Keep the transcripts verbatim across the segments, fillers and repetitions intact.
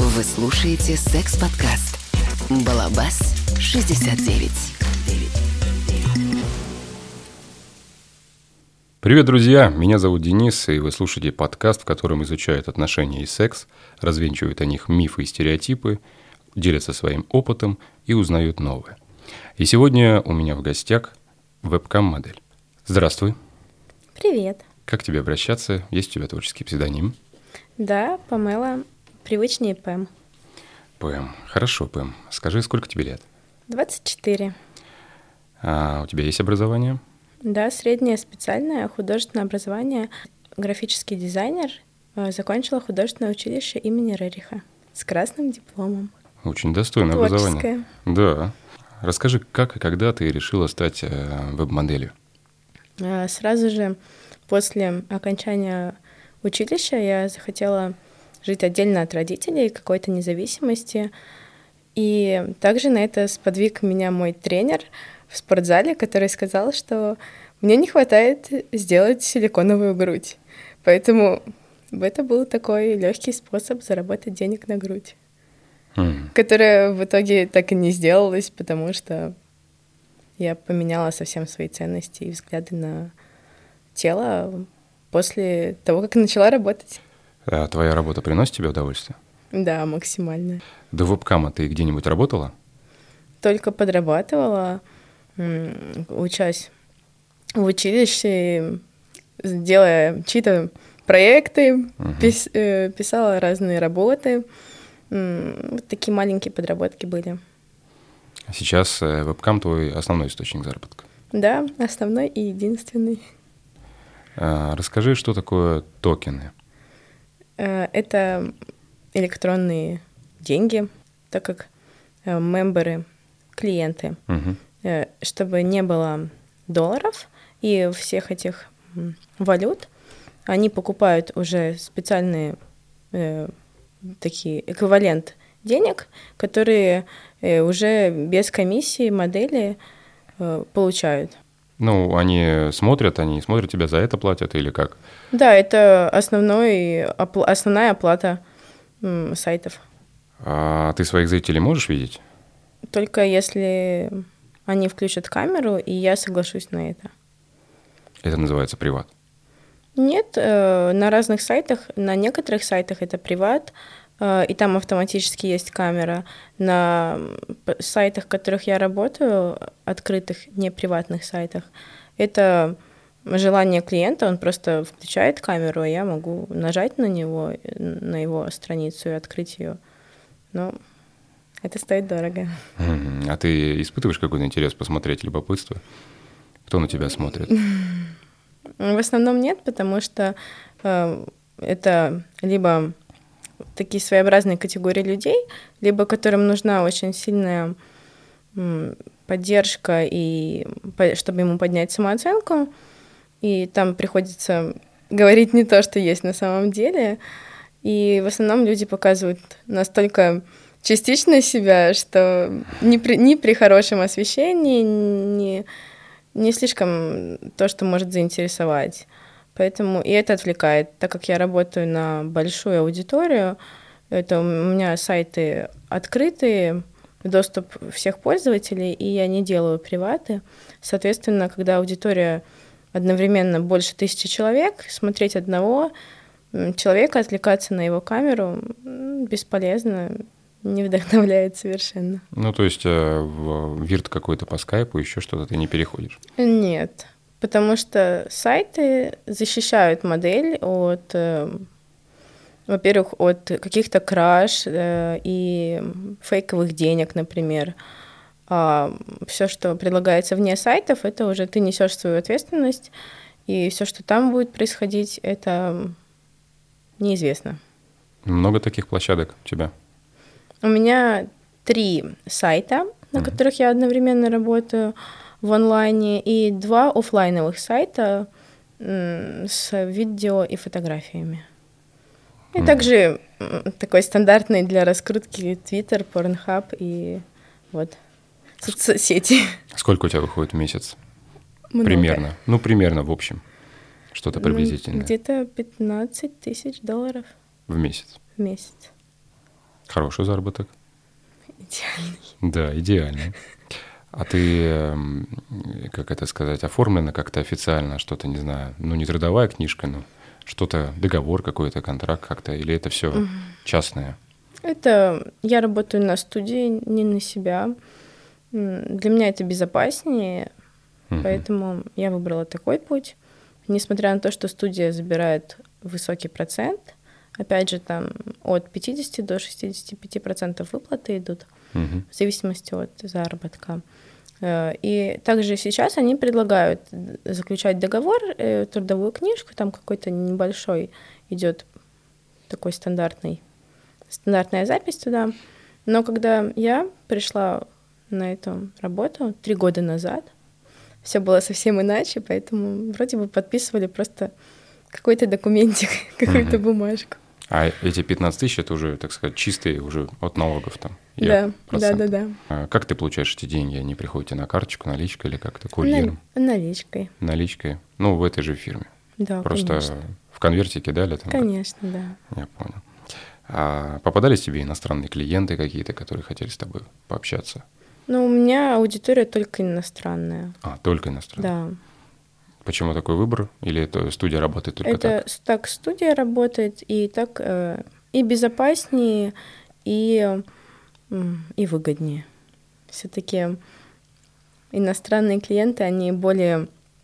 Вы слушаете секс-подкаст «Балабас шестьдесят девять». Привет, друзья! Меня зовут Денис, и вы слушаете подкаст, в котором изучают отношения и секс, развенчивают о них мифы и стереотипы, делятся своим опытом и узнают новое. И сегодня у меня в гостях вебкам-модель. Здравствуй. Привет. Как к тебе обращаться? Есть у тебя творческий псевдоним? Да, Памела. Привычнее Пэм. Пэм. Хорошо, Пэм. Скажи, сколько тебе лет? двадцать четыре. А у тебя есть образование? Да, среднее специальное художественное образование. Графический дизайнер. Закончила художественное училище имени Рериха с красным дипломом. Очень достойное Творческое. образование. Да. Расскажи, как и когда ты решила стать э, веб-моделью? Сразу же после окончания училища я захотела жить отдельно от родителей, какой-то независимости. И также на это сподвиг меня мой тренер в спортзале, который сказал, что мне не хватает сделать силиконовую грудь. Поэтому это был такой легкий способ заработать денег на грудь, mm. которая в итоге так и не сделалась, потому что я поменяла совсем свои ценности и взгляды на тело после того, как начала работать. А твоя работа приносит тебе удовольствие? Да, максимально. До вебкама ты где-нибудь работала? Только подрабатывала, учась в училище, делая чьи-то проекты, uh-huh. пис, э, писала разные работы. Вот такие маленькие подработки были. А сейчас вебкам твой основной источник заработка? Да, основной и единственный. А, расскажи, что такое токены? Это электронные деньги, так как мемберы, клиенты, uh-huh. чтобы не было долларов и всех этих валют, они покупают уже специальные э, такие эквивалент денег, которые э, уже без комиссии модели э, получают. Ну, они смотрят, они смотрят тебя, за это платят или как? Да, это основной, основная оплата м, сайтов. А ты своих зрителей можешь видеть? Только если они включат камеру, и я соглашусь на это. Это называется приват? Нет, э, на разных сайтах, на некоторых сайтах это приват, э, и там автоматически есть камера. На сайтах, в которых я работаю, открытых, не приватных сайтах, это желание клиента, он просто включает камеру, а я могу нажать на него, на его страницу и открыть ее. Но это стоит дорого. А ты испытываешь какой-то интерес посмотреть, любопытство? Кто на тебя смотрит? В основном нет, потому что э, это либо такие своеобразные категории людей, либо которым нужна очень сильная м, поддержка, и, по, чтобы ему поднять самооценку, и там приходится говорить не то, что есть на самом деле. И в основном люди показывают настолько частично себя, что ни при, ни при хорошем освещении, ни... не слишком то, что может заинтересовать. Поэтому и это отвлекает. Так как я работаю на большую аудиторию, это у меня сайты открытые, доступ всех пользователей, и я не делаю приваты. Соответственно, когда аудитория одновременно больше тысячи человек, смотреть одного человека, отвлекаться на его камеру бесполезно, не вдохновляет совершенно. Ну, то есть э, в вирт какой-то по скайпу, еще что-то ты не переходишь? Нет, потому что сайты защищают модель от, э, во-первых, от каких-то краж э, и фейковых денег, например. А все, что предлагается вне сайтов, это уже ты несешь свою ответственность, и все, что там будет происходить, это неизвестно. Много таких площадок у тебя? У меня три сайта, на uh-huh. которых я одновременно работаю в онлайне, и два офлайновых сайта м, с видео и фотографиями. И uh-huh. также м, такой стандартный для раскрутки Twitter, Pornhub и вот соцсети. Сколько у тебя выходит в месяц? Много. Примерно. Ну, примерно в общем. Что-то приблизительное. Ну, где-то пятнадцать тысяч долларов. В месяц? В месяц. Хороший заработок. Идеальный. Да, идеальный. А ты, как это сказать, оформлена как-то официально, что-то, не знаю, ну не трудовая книжка, но что-то, договор какой-то, контракт как-то, или это все mm-hmm. частное? Это я работаю на студии, не на себя. Для меня это безопаснее, mm-hmm. поэтому я выбрала такой путь. Несмотря на то, что студия забирает высокий процент, опять же, там от пятидесяти до шестидесяти пяти процентов выплаты идут, mm-hmm. в зависимости от заработка. И также сейчас они предлагают заключать договор, трудовую книжку, там какой-то небольшой идет такой стандартный, стандартная запись туда. Но когда я пришла на эту работу три года назад, все было совсем иначе, поэтому вроде бы подписывали просто какой-то документик, какую-то mm-hmm. бумажку. А эти пятнадцать тысяч, это уже, так сказать, чистые уже от налогов там? Да, да, да, да. А как ты получаешь эти деньги? Они приходят тебе на карточку, наличкой или как-то курьером? На, наличкой. Наличкой? Ну, в этой же фирме? Да, просто конечно. В конвертике дали? Там, конечно, как? Да. Я понял. А попадались тебе иностранные клиенты какие-то, которые хотели с тобой пообщаться? Ну, у меня аудитория только иностранная. А, только иностранная? Да. Почему такой выбор? Или это студия работает только это так? Это так студия работает, и так э, и безопаснее, и, и выгоднее. Все-таки иностранные клиенты, они более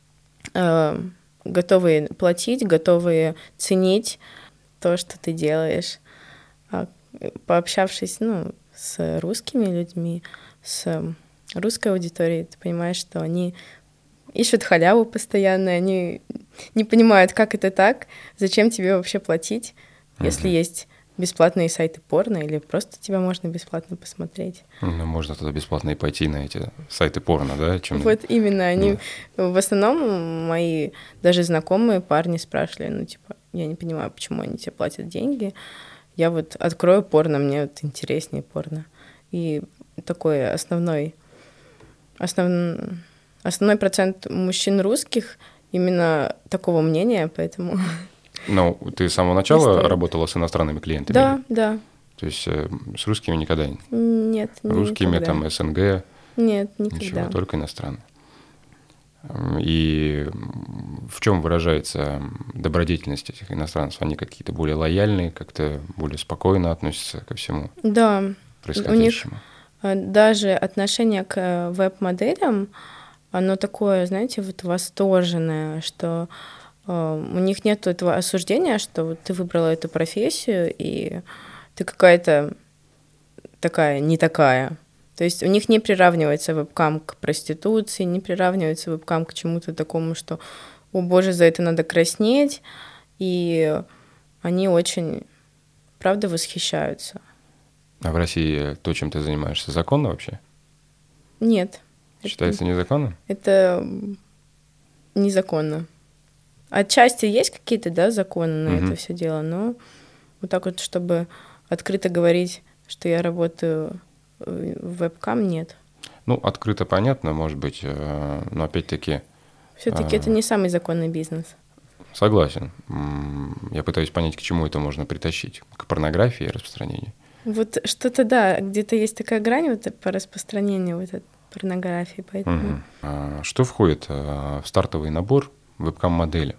э, готовы платить, готовы ценить то, что ты делаешь. А пообщавшись, ну, с русскими людьми, с русской аудиторией, ты понимаешь, что они ищут халяву постоянно, они не понимают, как это так, зачем тебе вообще платить, uh-huh. если есть бесплатные сайты порно, или просто тебя можно бесплатно посмотреть. Ну, можно тогда бесплатно и пойти на эти сайты порно, да? Чем... Вот именно, они yeah. в основном мои даже знакомые парни спрашивали, ну, типа, я не понимаю, почему они тебе платят деньги, я вот открою порно, мне вот интереснее порно. И такой основной, основной Основной процент мужчин русских именно такого мнения, поэтому... Ну, ты с самого начала работала с иностранными клиентами? Да, да. То есть э, с русскими никогда? Нет, Русскими, никогда. там, СНГ? Нет, никогда. Ничего, только иностранные. И в чем выражается добродетельность этих иностранцев? Они какие-то более лояльные, как-то более спокойно относятся ко всему да. происходящему? У них даже отношение к веб-моделям, оно такое, знаете, вот восторженное, что э, у них нет этого осуждения, что вот ты выбрала эту профессию, и ты какая-то такая, не такая. То есть у них не приравнивается вебкам к проституции, не приравнивается вебкам к чему-то такому, что, о боже, за это надо краснеть, и они очень, правда, восхищаются. А в России то, чем ты занимаешься, законно вообще? Нет. Считается это, незаконно? Это незаконно. Отчасти есть какие-то, да, законы на угу. это все дело, но вот так вот, чтобы открыто говорить, что я работаю в вебкам, нет. Ну, открыто понятно, может быть, но опять-таки... Все-таки а... это не самый законный бизнес. Согласен. Я пытаюсь понять, к чему это можно притащить. К порнографии и распространению. Вот что-то, да, где-то есть такая грань вот по распространению вот этой порнографии. Поэтому... Угу. А что входит в стартовый набор вебкам-модели?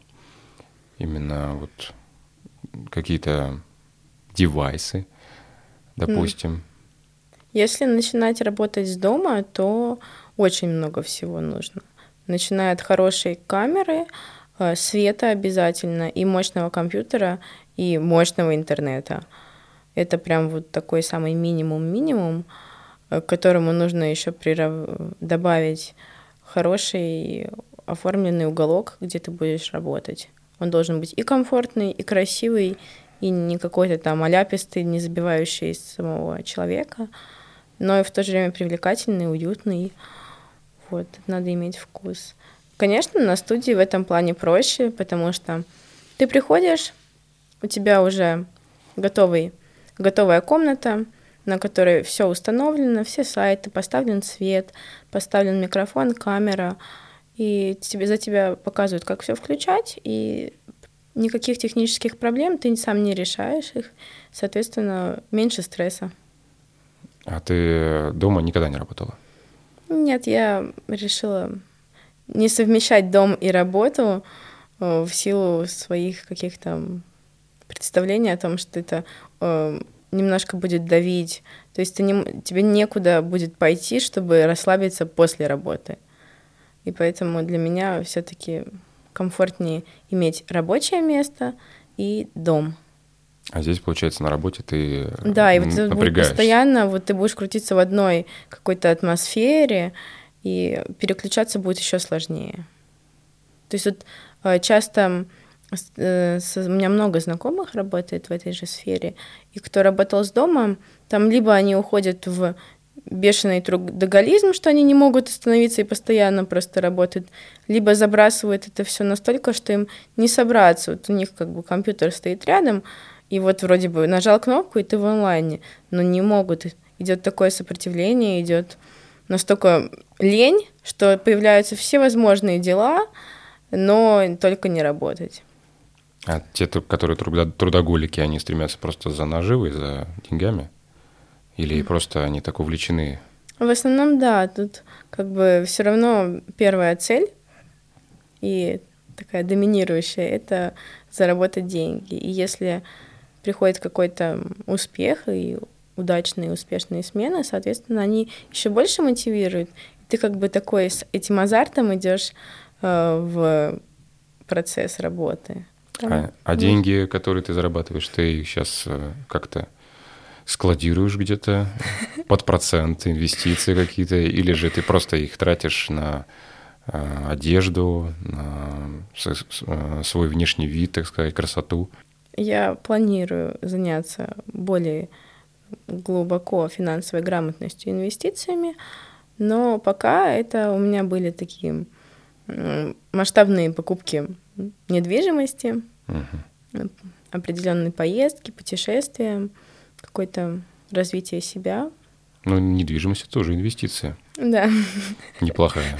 Именно вот какие-то девайсы, допустим. Если начинать работать с дома, то очень много всего нужно. Начиная от хорошей камеры, света обязательно, и мощного компьютера, и мощного интернета. Это прям вот такой самый минимум-минимум, к которому нужно еще прирав... добавить хороший оформленный уголок, где ты будешь работать. Он должен быть и комфортный, и красивый, и не какой-то там аляпистый, не забивающий самого человека, но и в то же время привлекательный, уютный. Вот, надо иметь вкус. Конечно, на студии в этом плане проще, потому что ты приходишь, у тебя уже готовый, готовая комната, на которой все установлено, все сайты, поставлен свет, поставлен микрофон, камера, и тебе, за тебя показывают, как все включать, и никаких технических проблем, ты сам не решаешь их, соответственно, меньше стресса. А ты дома никогда не работала? Нет, я решила не совмещать дом и работу э, в силу своих каких-то представлений о том, что это э, немножко будет давить. То есть ты не, тебе некуда будет пойти, чтобы расслабиться после работы. И поэтому для меня все-таки комфортнее иметь рабочее место и дом. А здесь, получается, на работе ты Да, и вот это будет напрягаешься. постоянно, вот ты будешь крутиться в одной какой-то атмосфере, и переключаться будет еще сложнее. То есть вот э, часто э, с- у меня много знакомых работает в этой же сфере, и кто работал с дома, там либо они уходят в бешеный трудоголизм, что они не могут остановиться и постоянно просто работают, либо забрасывают это все настолько, что им не собраться. Вот у них как бы компьютер стоит рядом, и вот вроде бы нажал кнопку, и ты в онлайне, но не могут. Идет такое сопротивление, идет настолько лень, что появляются все возможные дела, но только не работать. А те, ту- которые трудо- трудоголики, они стремятся просто за наживой, за деньгами? Или просто они так увлечены? В основном, да, тут как бы все равно первая цель и такая доминирующая — это заработать деньги. И если приходит какой-то успех и удачные, успешные смены, соответственно, они еще больше мотивируют. Ты как бы такой с этим азартом идешь э, в процесс работы. Там, А, а ну, деньги, которые ты зарабатываешь, ты их сейчас как-то складируешь где-то под процент, инвестиции какие-то, или же ты просто их тратишь на э, одежду, на с- с- э, свой внешний вид, так сказать, красоту? Я планирую заняться более глубоко финансовой грамотностью и инвестициями, но пока это у меня были такие м, масштабные покупки недвижимости, Мгм. определенные поездки, путешествия, какое-то развитие себя. Ну, недвижимость — это тоже инвестиция. Да, Неплохая.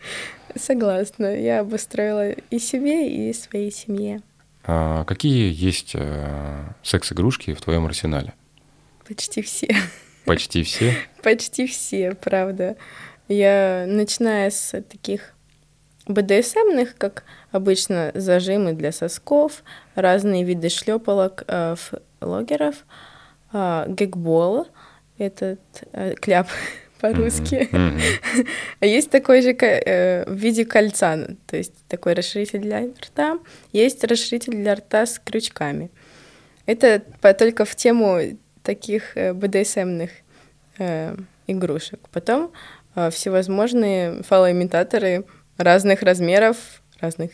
согласна. Я обустроила и себе, и своей семье. А какие есть э, секс-игрушки в твоем арсенале? Почти все. Почти все? Почти все, правда. Я, начиная с таких бэ дэ эс эм-ных, как обычно зажимы для сосков, разные виды шлепалок, э, флогеров, э, гэгбол, этот э, кляп по-русски. Мгм, мгм. А есть такой же ко- э, в виде кольца, то есть такой расширитель для рта. Есть расширитель для рта с крючками. Это по- только в тему таких э, бэ дэ эс эм-ных э, игрушек. Потом э, всевозможные фалоимитаторы разных размеров, разных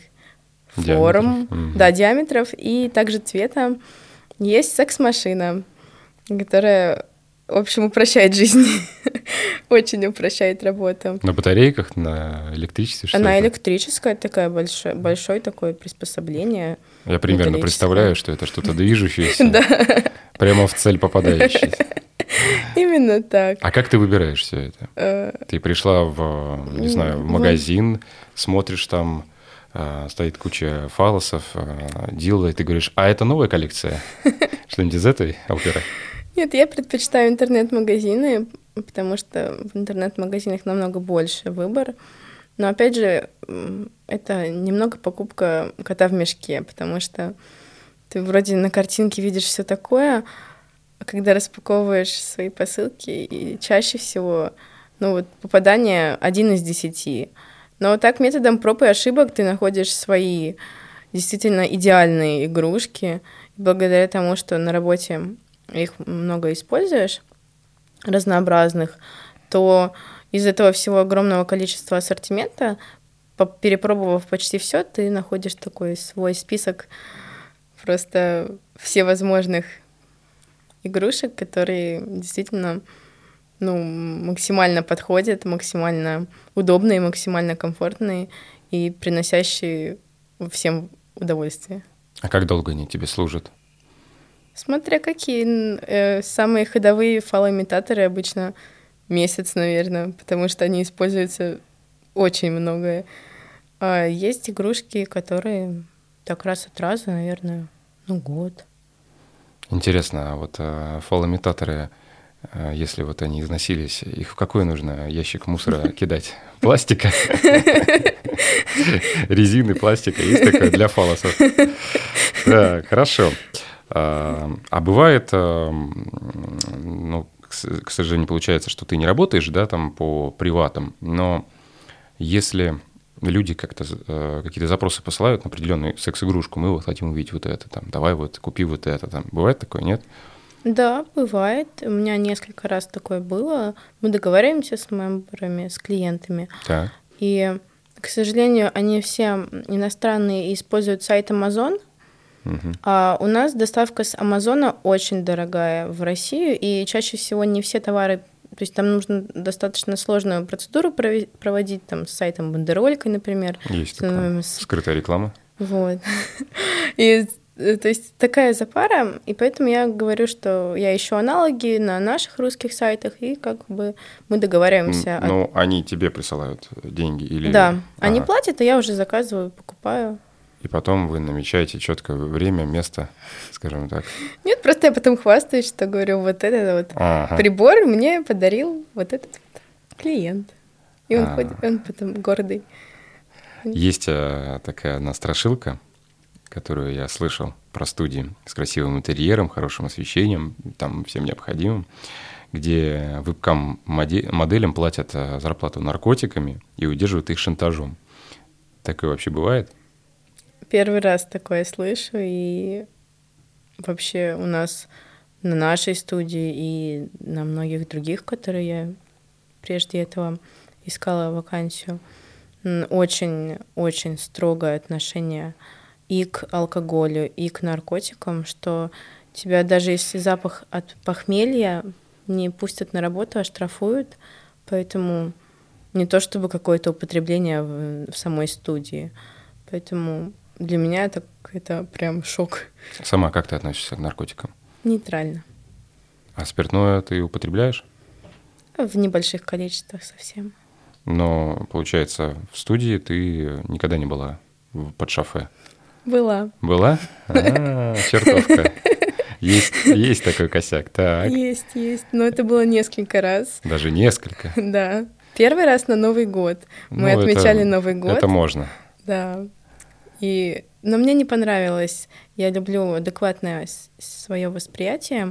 форм, Диаметров, мгм. да, диаметров и также цвета. Есть секс-машина, которая, в общем, упрощает жизнь, очень упрощает работу. На батарейках, на электричестве? Что Она это? электрическая, такая большое, большое такое приспособление. Я примерно металлическое. представляю, что это что-то движущееся, Да, прямо в цель попадающее. именно так. А как ты выбираешь все это? Э, Ты пришла в, не знаю, в в- магазин, смотришь, там э, стоит куча фалосов, э, дилдо, и ты говоришь, а это новая коллекция? Что-нибудь из этой оперы? Нет, я предпочитаю интернет-магазины, потому что в интернет-магазинах намного больше выбор. Но опять же, м, это немного покупка кота в мешке, потому что ты вроде на картинке видишь все такое, а когда распаковываешь свои посылки, и чаще всего, ну вот попадание один из десяти. Но вот так методом проб и ошибок ты находишь свои действительно идеальные игрушки. И благодаря тому, что на работе их много используешь, разнообразных, то из этого всего огромного количества ассортимента, по- перепробовав почти все, ты находишь такой свой список просто всевозможных игрушек, которые действительно, ну, максимально подходят, максимально удобные, максимально комфортные и приносящие всем удовольствие. А как долго они тебе служат? Смотря какие. н- э, самые ходовые фалоимитаторы обычно месяц, наверное, потому что они используются очень много. А есть игрушки, которые так раз от раза, наверное, ну, год. Интересно, а вот э, фалоимитаторы, э, если вот они износились, их в какой нужно ящик мусора кидать? Пластика? Резины, пластика, есть такое для фалосов? Так, хорошо. А бывает, ну, к сожалению, получается, что ты не работаешь, да, там по приватам, но если люди как-то какие-то запросы посылают на определенную секс-игрушку, мы вот хотим увидеть вот это, там, давай вот купи вот это, там, бывает такое, нет? Да, бывает. У меня несколько раз такое было. Мы договариваемся с мемберами, с клиентами. Так. И, к сожалению, они все иностранные и используют сайт Amazon. Угу. А у нас доставка с Амазона очень дорогая в Россию, и чаще всего не все товары, то есть там нужно достаточно сложную процедуру проводить, там, с сайтом бандеролькой, например. Есть такая с... скрытая реклама. Вот. И, то есть такая запара, и поэтому я говорю, что я ищу аналоги на наших русских сайтах, и как бы мы договариваемся. Ну, от... они тебе присылают деньги или... Да, ага. Они платят, а я уже заказываю, покупаю. И потом вы намечаете четкое время, место, скажем так. Нет, просто я потом хвастаюсь, что говорю, вот этот вот ага. прибор мне подарил вот этот вот клиент. И он, ходит, он потом гордый. Есть а, такая одна страшилка, которую я слышал про студии с красивым интерьером, хорошим освещением, там всем необходимым, где вебкам-моделям платят зарплату наркотиками и удерживают их шантажом. Такое вообще бывает? Первый раз такое слышу, и вообще у нас на нашей студии и на многих других, которые я прежде этого искала вакансию, очень-очень строгое отношение и к алкоголю, и к наркотикам, что тебя даже если запах от похмелья не пустят на работу, а штрафуют, поэтому не то чтобы какое-то употребление в, в самой студии, поэтому... Для меня это, это прям шок. Сама как ты относишься к наркотикам? Нейтрально. А спиртное ты употребляешь? В небольших количествах совсем. Но, получается, в студии ты никогда не была под шофе? Была. Была? А, чертовка. Есть, есть такой косяк, так. Есть, есть. Но это было несколько раз. Даже несколько? Да. Первый раз на Новый год. Мы ну, отмечали это, Новый год. Это можно. Да. И... Но мне не понравилось. Я люблю адекватное свое восприятие.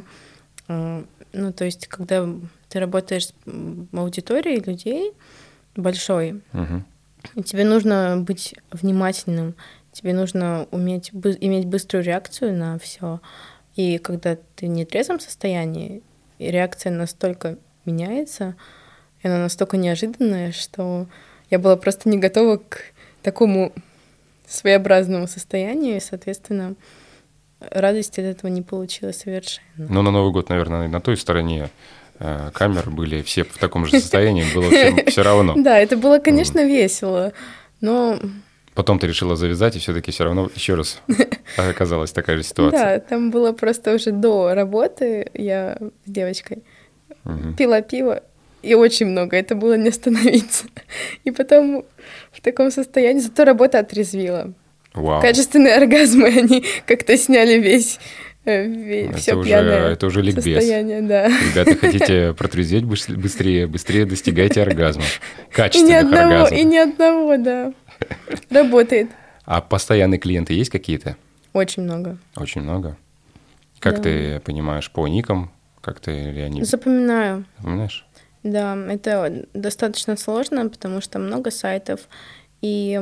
Ну, то есть, когда ты работаешь в аудитории людей большой, угу. тебе нужно быть внимательным, тебе нужно уметь бы, иметь быструю реакцию на все. И когда ты в нетрезвом состоянии, реакция настолько меняется, и она настолько неожиданная, что я была просто не готова к такому своеобразному состоянию, и, соответственно, радости от этого не получилось совершенно. Ну, на Новый год, наверное, на той стороне э, камер были все в таком же состоянии, было всем все равно. Да, это было, конечно, весело, но... Потом ты решила завязать, и все-таки все равно еще раз оказалась такая же ситуация. Да, там было просто уже до работы, я с девочкой пила пиво, и очень много, это было не остановиться. И потом в таком состоянии, зато работа отрезвила. Вау. Качественные оргазмы, они как-то сняли весь, весь все пьяное это уже ликбез. Состояние. Да. Ребята, хотите протрезветь быстрее, быстрее достигайте оргазма. И Качественных ни одного, оргазмов. И ни одного, да. Работает. А постоянные клиенты есть какие-то? Очень много. Очень много? Как да. ты понимаешь, по никам? Как ты или они... Запоминаю. Запоминаешь? Да, это достаточно сложно, потому что много сайтов, и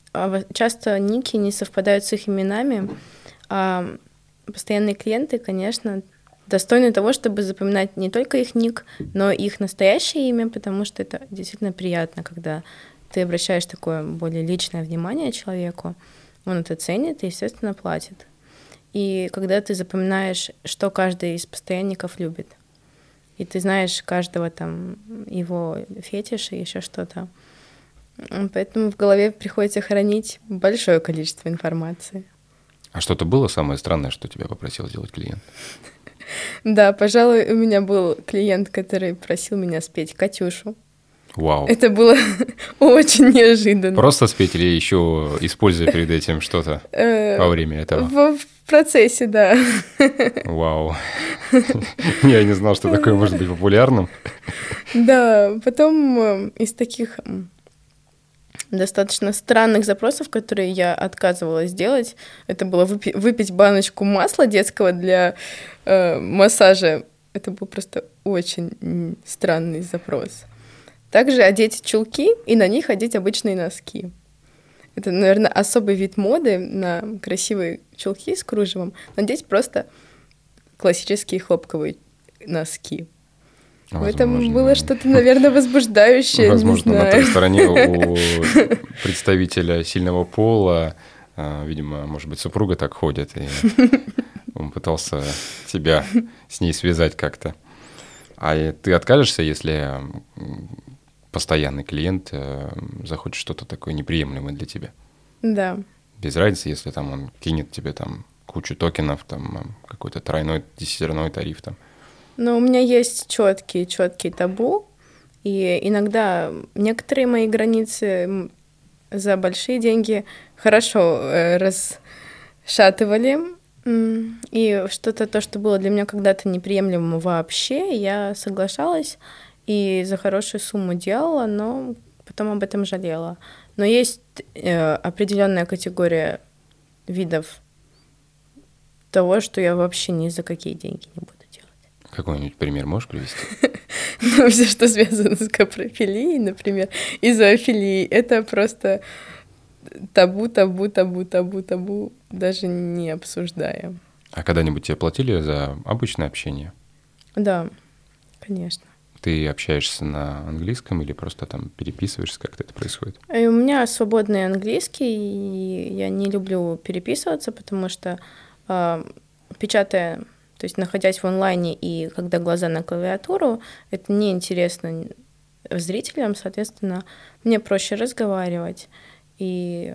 часто ники не совпадают с их именами, а постоянные клиенты, конечно, достойны того, чтобы запоминать не только их ник, но и их настоящее имя, потому что это действительно приятно, когда ты обращаешь такое более личное внимание человеку, он это ценит и, естественно, платит. И когда ты запоминаешь, что каждый из постоянников любит, и ты знаешь каждого там его фетиш и еще что-то. Поэтому в голове приходится хранить большое количество информации. А что-то было самое странное, что тебя попросил сделать клиент? Да, пожалуй, у меня был клиент, который просил меня спеть «Катюшу». Вау. Это было очень неожиданно. Просто спеть или еще используя перед этим что-то во время этого? В, в процессе, да. Вау. Я не знал, что такое может быть популярным. Да, потом из таких достаточно странных запросов, которые я отказывалась делать, это было выпи- выпить баночку масла детского для э, массажа. Это был просто очень странный запрос. Также одеть чулки и на них одеть обычные носки. Это, наверное, особый вид моды на красивые чулки с кружевом. Надеть просто классические хлопковые носки. Возможно, в этом было что-то, наверное, возбуждающее. Возможно, не знаю. На той стороне у представителя сильного пола, видимо, может быть, супруга так ходит, и он пытался тебя с ней связать как-то. А ты откажешься, если постоянный клиент захочет что-то такое неприемлемое для тебя? Да. Без разницы, если там он кинет тебе там кучу токенов, там какой-то тройной, десятерной тариф там. Но у меня есть четкие, четкие табу, и иногда некоторые мои границы за большие деньги хорошо э, расшатывали, и что-то то, что было для меня когда-то неприемлемо вообще, я соглашалась и за хорошую сумму делала, но потом об этом жалела. Но есть э, определенная категория видов того, что я вообще ни за какие деньги не буду. Какой-нибудь пример можешь привести? Ну, все, что связано с капрофилией, например, и зоофилией, это просто табу, табу, табу, табу, табу, даже не обсуждая. А когда-нибудь тебе платили за обычное общение? Да, конечно. Ты общаешься на английском или просто там переписываешься, как это происходит? И у меня свободный английский, и я не люблю переписываться, потому что э, печатая... То есть, находясь в онлайне и когда глаза на клавиатуру, это неинтересно зрителям, соответственно, мне проще разговаривать. И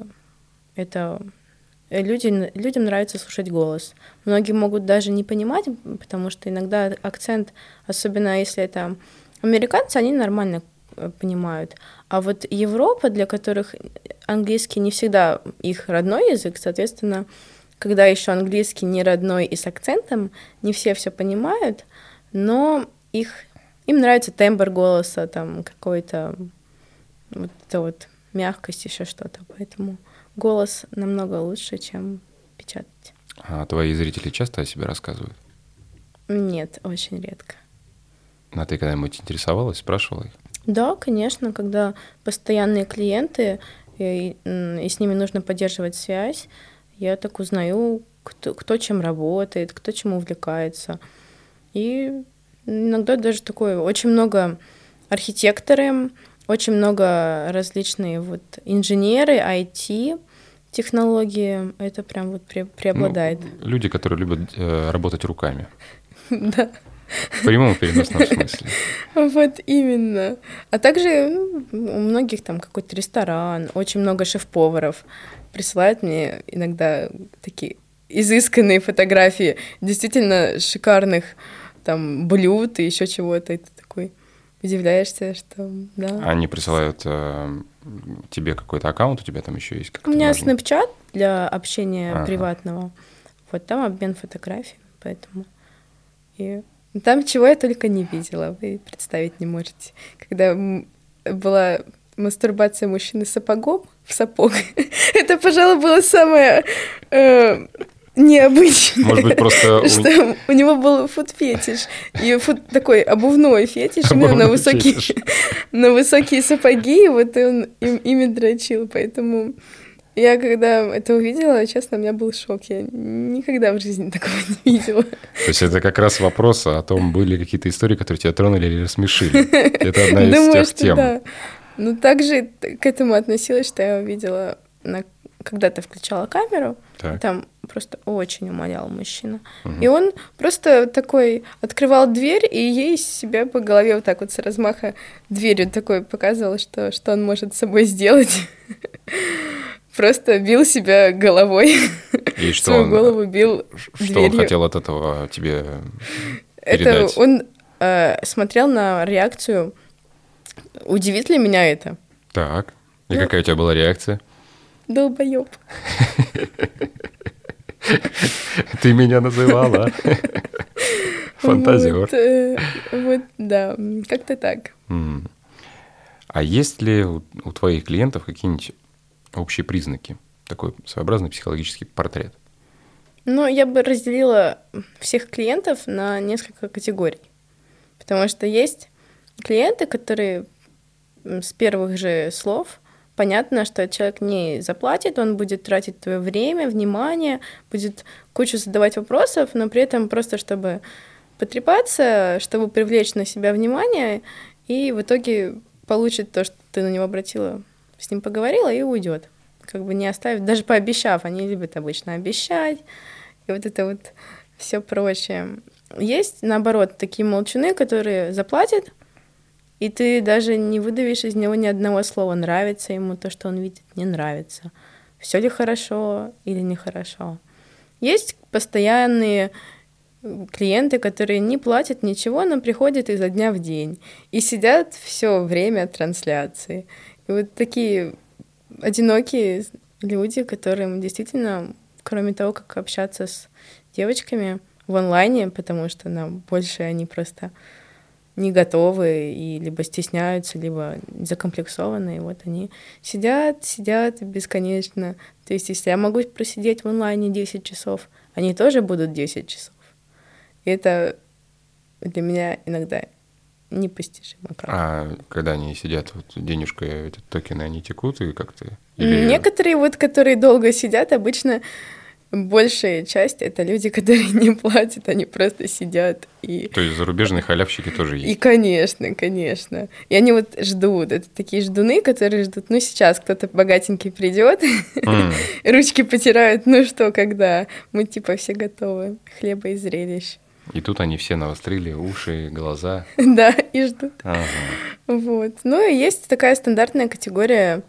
это люди, людям нравится слушать голос. Многие могут даже не понимать, потому что иногда акцент, особенно если это американцы, они нормально понимают. А вот Европа, для которых английский не всегда их родной язык, соответственно, когда еще английский не родной и с акцентом, не все все понимают, но их, им нравится тембр голоса, там какой-то вот это вот мягкость, еще что-то. Поэтому голос намного лучше, чем печатать. А твои зрители часто о себе рассказывают? Нет, очень редко. А ты когда-нибудь интересовалась, спрашивала их? Да, конечно, когда постоянные клиенты, и, и с ними нужно поддерживать связь, я так узнаю, кто, кто чем работает, кто чем увлекается. И иногда даже такое, очень много архитекторы, очень много различные вот инженеры, ай ти, технологии. Это прям вот пре- преобладает. Ну, люди, которые любят э, работать руками. Да. В прямом и переносном смысле. Вот именно. А также у многих там какой-то ресторан, очень много шеф-поваров присылают мне иногда такие изысканные фотографии действительно шикарных там блюд и еще чего-то. И ты такой удивляешься, что да. Они присылают э, тебе какой-то аккаунт, у тебя там еще есть как-то? У меня можно... Snapchat для общения ага. приватного. Вот там обмен фотографий, поэтому... И там чего я только не видела, вы представить не можете. Когда была мастурбация мужчины сапогом в сапог, это, пожалуй, было самое э, необычное. Может быть, просто... Что у него был фут-фетиш, и фут, такой обувной фетиш, именно на высокие, на высокие сапоги, вот он им, ими дрочил, поэтому... Я когда это увидела, честно, у меня был шок. Я никогда в жизни такого не видела. То есть это как раз вопрос о том, были какие-то истории, которые тебя тронули или рассмешили. Это одна из Думаю, тех что тем. Да. Ну, также к этому относилась, что я увидела, на... когда-то включала камеру, так. Там просто очень умолял мужчина. Угу. И он просто такой открывал дверь, и ей себя по голове вот так вот с размаха дверью такой показывал, что, что он может с собой сделать. Просто бил себя головой. И что Свою он, голову бил что дверью. он хотел от этого тебе передать? Это он э, смотрел на реакцию Удивит ли меня это? Так. И Ну, какая у тебя была реакция? долбоёб. Ты меня называла. Фантазер. Вот, э, вот, да, м, как-то так. М. А есть ли у, у твоих клиентов какие-нибудь общие признаки? Такой своеобразный психологический портрет. Ну, я бы разделила всех клиентов на несколько категорий. Потому что есть клиенты, которые м, с первых же слов понятно, что человек не заплатит, он будет тратить твое время, внимание, будет кучу задавать вопросов, но при этом просто чтобы потрепаться, чтобы привлечь на себя внимание, и в итоге получит то, что ты на него обратила, с ним поговорила, и уйдет. Как бы не оставив, даже пообещав, они любят обычно обещать, и вот это вот все прочее. Есть, наоборот, такие молчуны, которые заплатят, и ты даже не выдавишь из него ни одного слова, нравится ему то, что он видит, не нравится. Все ли хорошо или нехорошо. Есть постоянные клиенты, которые не платят ничего, но приходят изо дня в день и сидят все время трансляции. И вот такие одинокие люди, которым действительно, кроме того, как общаться с девочками в онлайне, потому что нам больше они просто не готовы и либо стесняются, либо закомплексованы, и вот они сидят, сидят бесконечно. То есть если я могу просидеть в онлайне десять часов, они тоже будут десять часов. И это для меня иногда непостижимо. Правда. А когда они сидят, вот денежка, этот токены, они текут и как-то... Или... Некоторые вот, которые долго сидят, обычно большая часть — это люди, которые не платят, они просто сидят. И... То есть зарубежные халявщики тоже есть? И, конечно, конечно. И они вот ждут. Это такие ждуны, которые ждут. Ну, сейчас кто-то богатенький придет, mm. ручки потирают. Ну что, когда? Мы типа все готовы. Хлеба и зрелищ. И тут они все навострили уши, глаза. Да, и ждут. Ага. Вот. Ну и есть такая стандартная категория,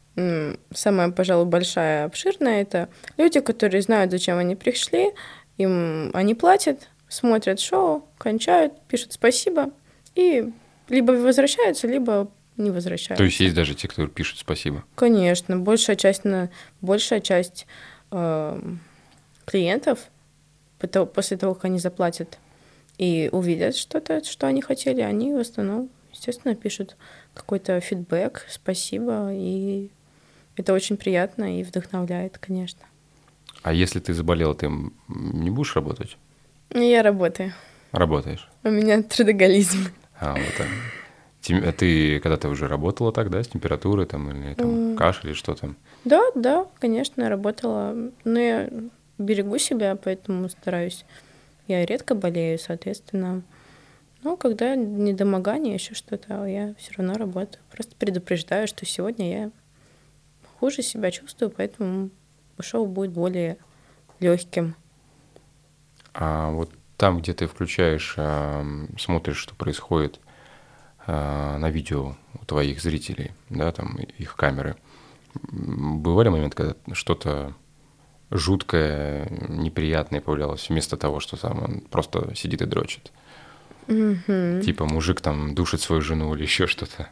самая, пожалуй, большая, обширная, это люди, которые знают, зачем они пришли, им они платят, смотрят шоу, кончают, пишут спасибо и либо возвращаются, либо не возвращаются. То есть есть даже те, кто пишут спасибо? Конечно, большая часть, большая часть э, клиентов после того, как они заплатят и увидят что-то, что они хотели, они в основном, естественно, пишут какой-то фидбэк, спасибо, и это очень приятно и вдохновляет, конечно. А если ты заболела, ты не будешь работать? Я работаю. Работаешь? У меня трудоголизм. А, вот так. А ты когда-то уже работала так, да, с температурой там, или там, mm. кашель, или что там? Да, да, конечно, работала. Но я берегу себя, поэтому стараюсь. Я редко болею, соответственно. Но когда недомогание, еще что-то, я все равно работаю. Просто предупреждаю, что сегодня я хуже себя чувствую, поэтому шоу будет более легким. А вот там, где ты включаешь, смотришь, что происходит на видео у твоих зрителей, да, там их камеры, бывали моменты, когда что-то жуткое, неприятное появлялось, вместо того, что там он просто сидит и дрочит? Mm-hmm. Типа мужик там душит свою жену или еще что-то?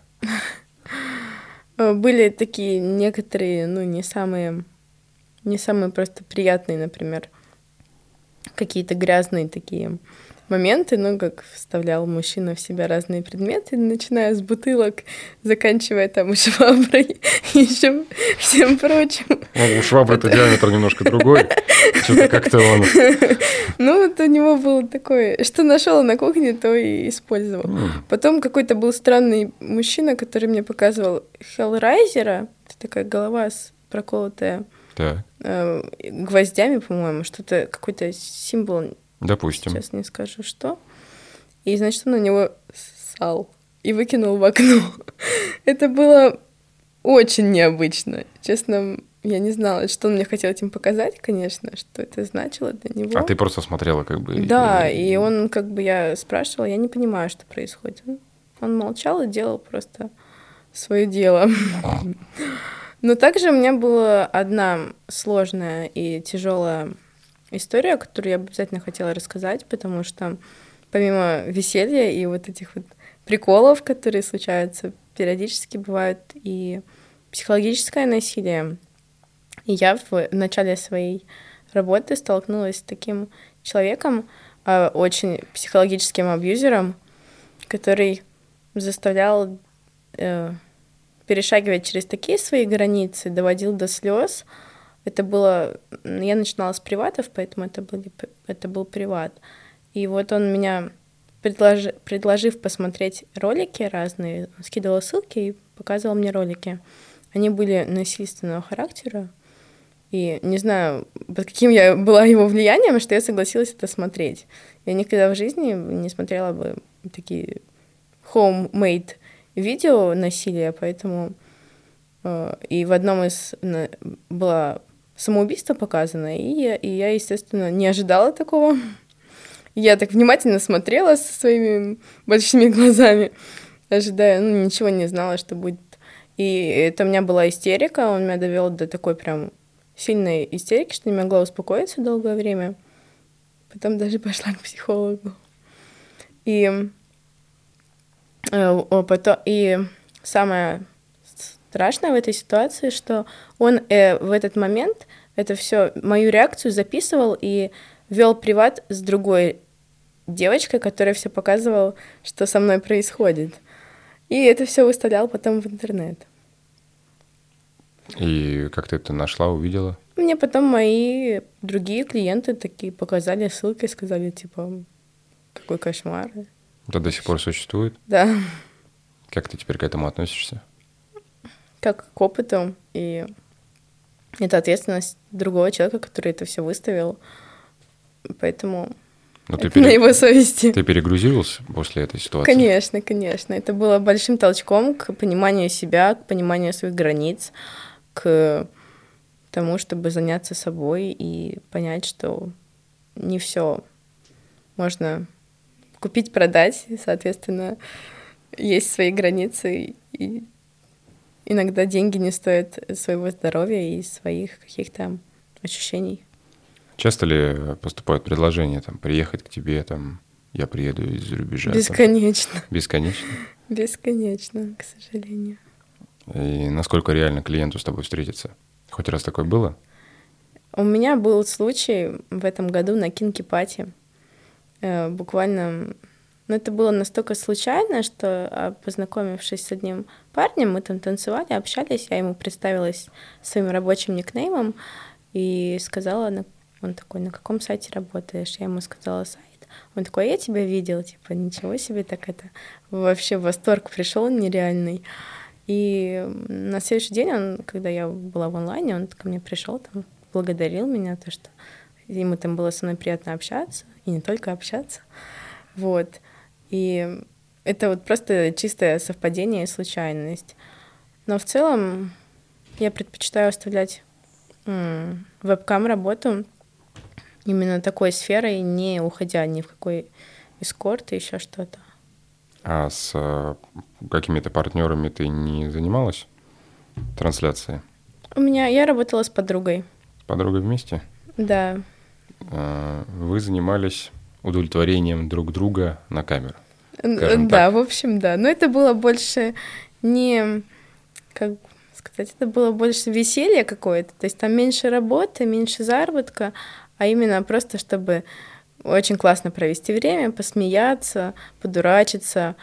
Были такие некоторые, ну, не самые, не самые просто приятные, например, какие-то грязные такие моменты, ну, как вставлял мужчина в себя разные предметы, начиная с бутылок, заканчивая там шваброй и еще всем прочим. Ну, у швабры-то диаметр немножко другой, что-то как-то он... Ну, вот у него было такое, что нашел на кухне, то и использовал. Mm. Потом какой-то был странный мужчина, который мне показывал Хеллрайзера, это такая голова проколотая так. э, гвоздями, по-моему, что-то, какой-то символ. Допустим. Сейчас не скажу, что. И, значит, он на него ссал и выкинул в окно. Это было очень необычно. Честно, я не знала, что он мне хотел этим показать, конечно, что это значило для него. А ты просто смотрела как бы... Да, и, и он как бы, я спрашивала, я не понимаю, что происходит. Он, он молчал и делал просто свое дело. Но также у меня была одна сложная и тяжелая история, которую я обязательно хотела рассказать, потому что помимо веселья и вот этих вот приколов, которые случаются, периодически бывает и психологическое насилие. И я в начале своей работы столкнулась с таким человеком, очень психологическим абьюзером, который заставлял э, перешагивать через такие свои границы, доводил до слез. Это было... Я начинала с приватов, поэтому это, были, это был приват. И вот он меня, предложи, предложив посмотреть ролики разные, скидывал ссылки и показывал мне ролики. Они были насильственного характера. И не знаю, под каким я была его влиянием, что я согласилась это смотреть. Я никогда в жизни не смотрела бы такие homemade видео насилия, поэтому... Э, и в одном из... На, было самоубийство показано, и я, и я, естественно, не ожидала такого. Я так внимательно смотрела со своими большими глазами, ожидая, ну, ничего не знала, что будет. И это у меня была истерика, он меня довел до такой прям... сильной истерики, что не могла успокоиться долгое время. Потом даже пошла к психологу. И, э, потом, и самое страшное в этой ситуации, что он э, в этот момент это все мою реакцию записывал и вел приват с другой девочкой, которая все показывала, что со мной происходит. И это все выставлял потом в интернет. И как ты это нашла, увидела? Мне потом мои другие клиенты такие показали ссылки, сказали, типа, какой кошмар. Это до сих пор существует? Да. Как ты теперь к этому относишься? Как к опыту. И это ответственность другого человека, который это все выставил. Поэтому Но это ты пере... на его совести. Ты перегрузилась после этой ситуации? Конечно, конечно. Это было большим толчком к пониманию себя, к пониманию своих границ, к тому, чтобы заняться собой и понять, что не все можно купить, продать, и, соответственно, есть свои границы, и иногда деньги не стоят своего здоровья и своих каких-то ощущений. Часто ли поступают предложения там приехать к тебе, там я приеду из-за рубежа? Бесконечно. Там... Бесконечно? Бесконечно, к сожалению. И насколько реально клиенту с тобой встретиться? Хоть раз такое было? У меня был случай в этом году на кинки-пати. Э, буквально... Ну, это было настолько случайно, что, познакомившись с одним парнем, мы там танцевали, общались, я ему представилась своим рабочим никнеймом и сказала, он такой, на каком сайте работаешь? Я ему сказала сайт. Он такой, я тебя видел, типа, ничего себе, так это... Вообще восторг пришел нереальный. И на следующий день, он, когда я была в онлайне, он ко мне пришел, там, благодарил меня, то, что ему там было со мной приятно общаться, и не только общаться. Вот. И это вот просто чистое совпадение и случайность. Но в целом я предпочитаю оставлять м- вебкам-работу именно такой сферой, не уходя ни в какой эскорт и еще что-то. А с а, какими-то партнерами ты не занималась трансляцией? У меня... Я работала с подругой. С подругой вместе? Да. А, вы занимались удовлетворением друг друга на камеру? Да, так. В общем, да. Но это было больше не... Как сказать? Это было больше веселье какое-то. То есть там меньше работы, меньше заработка, а именно просто, чтобы... Очень классно провести время, посмеяться, подурачиться.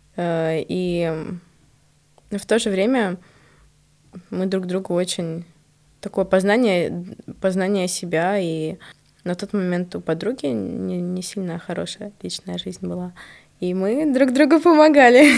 И в то же время мы друг другу очень... Такое познание, познание себя. И на тот момент у подруги не, не сильно хорошая личная жизнь была. И мы друг другу помогали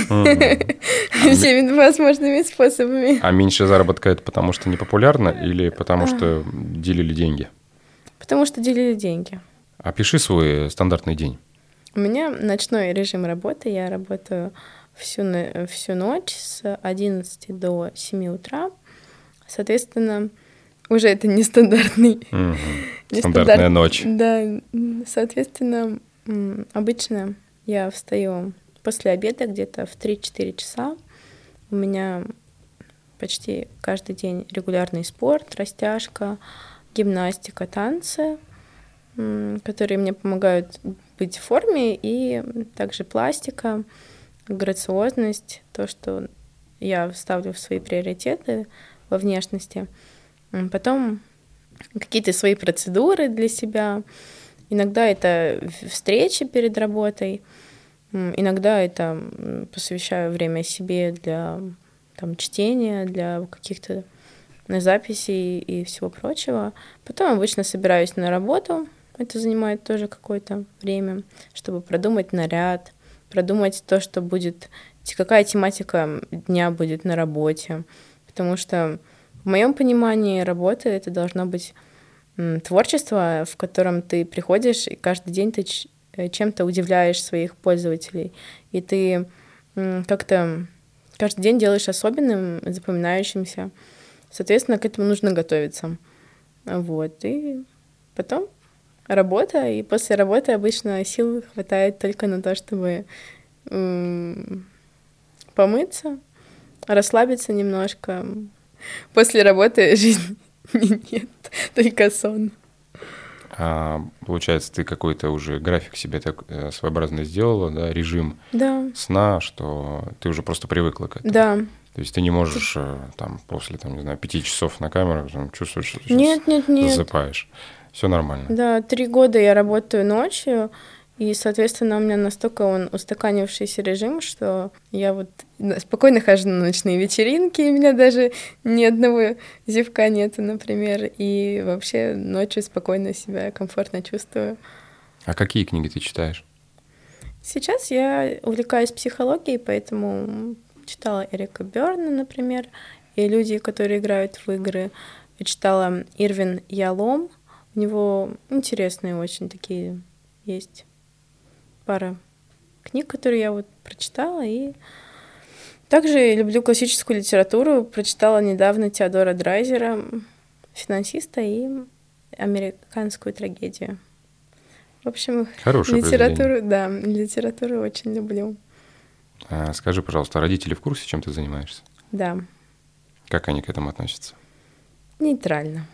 всеми возможными способами. А меньше заработка — это потому что непопулярно или потому что делили деньги? Потому что делили деньги. Опиши свой стандартный день. У меня ночной режим работы. Я работаю всю, всю ночь с одиннадцати до семи утра. Соответственно, уже это нестандартный. Угу. Стандартная ночь. Да. Соответственно, обычно я встаю после обеда где-то в три-четыре часа. У меня почти каждый день регулярный спорт, растяжка, гимнастика, танцы, которые мне помогают быть в форме, и также пластика, грациозность, то, что я ставлю в свои приоритеты во внешности. Потом какие-то свои процедуры для себя. Иногда это встречи перед работой, иногда это посвящаю время себе для там, чтения, для каких-то записей и всего прочего. Потом обычно собираюсь на работу. Это занимает тоже какое-то время, чтобы продумать наряд, продумать то, что будет, какая тематика дня будет на работе. Потому что в моем понимании работа — это должно быть творчество, в котором ты приходишь, и каждый день ты чем-то удивляешь своих пользователей. И ты как-то каждый день делаешь особенным, запоминающимся. Соответственно, к этому нужно готовиться. Вот. И потом работа, и после работы обычно сил хватает только на то, чтобы м- помыться, расслабиться немножко. После работы жизни нет, только сон. А, получается, ты какой-то уже график себе так своеобразно сделала, да, режим да. сна, что ты уже просто привыкла к этому. Да. То есть ты не можешь там после, там, не знаю, пяти часов на камерах там, чувствовать, что ты нет, нет, нет. засыпаешь. Все нормально. Да, три года я работаю ночью, и, соответственно, у меня настолько он устаканившийся режим, что я вот спокойно хожу на ночные вечеринки, и у меня даже ни одного зевка нету, например, и вообще ночью спокойно себя комфортно чувствую. А какие книги ты читаешь? Сейчас я увлекаюсь психологией, поэтому читала Эрика Берна, например, и люди, которые играют в игры. Я читала Ирвин Ялом. У него интересные очень такие есть пара книг, которые я вот прочитала. И также люблю классическую литературу. Прочитала недавно Теодора Драйзера, финансиста, и американскую трагедию. В общем, хорошее литературу, да, литературу очень люблю. А, скажи, пожалуйста, родители в курсе, чем ты занимаешься? Да. Как они к этому относятся? Нейтрально.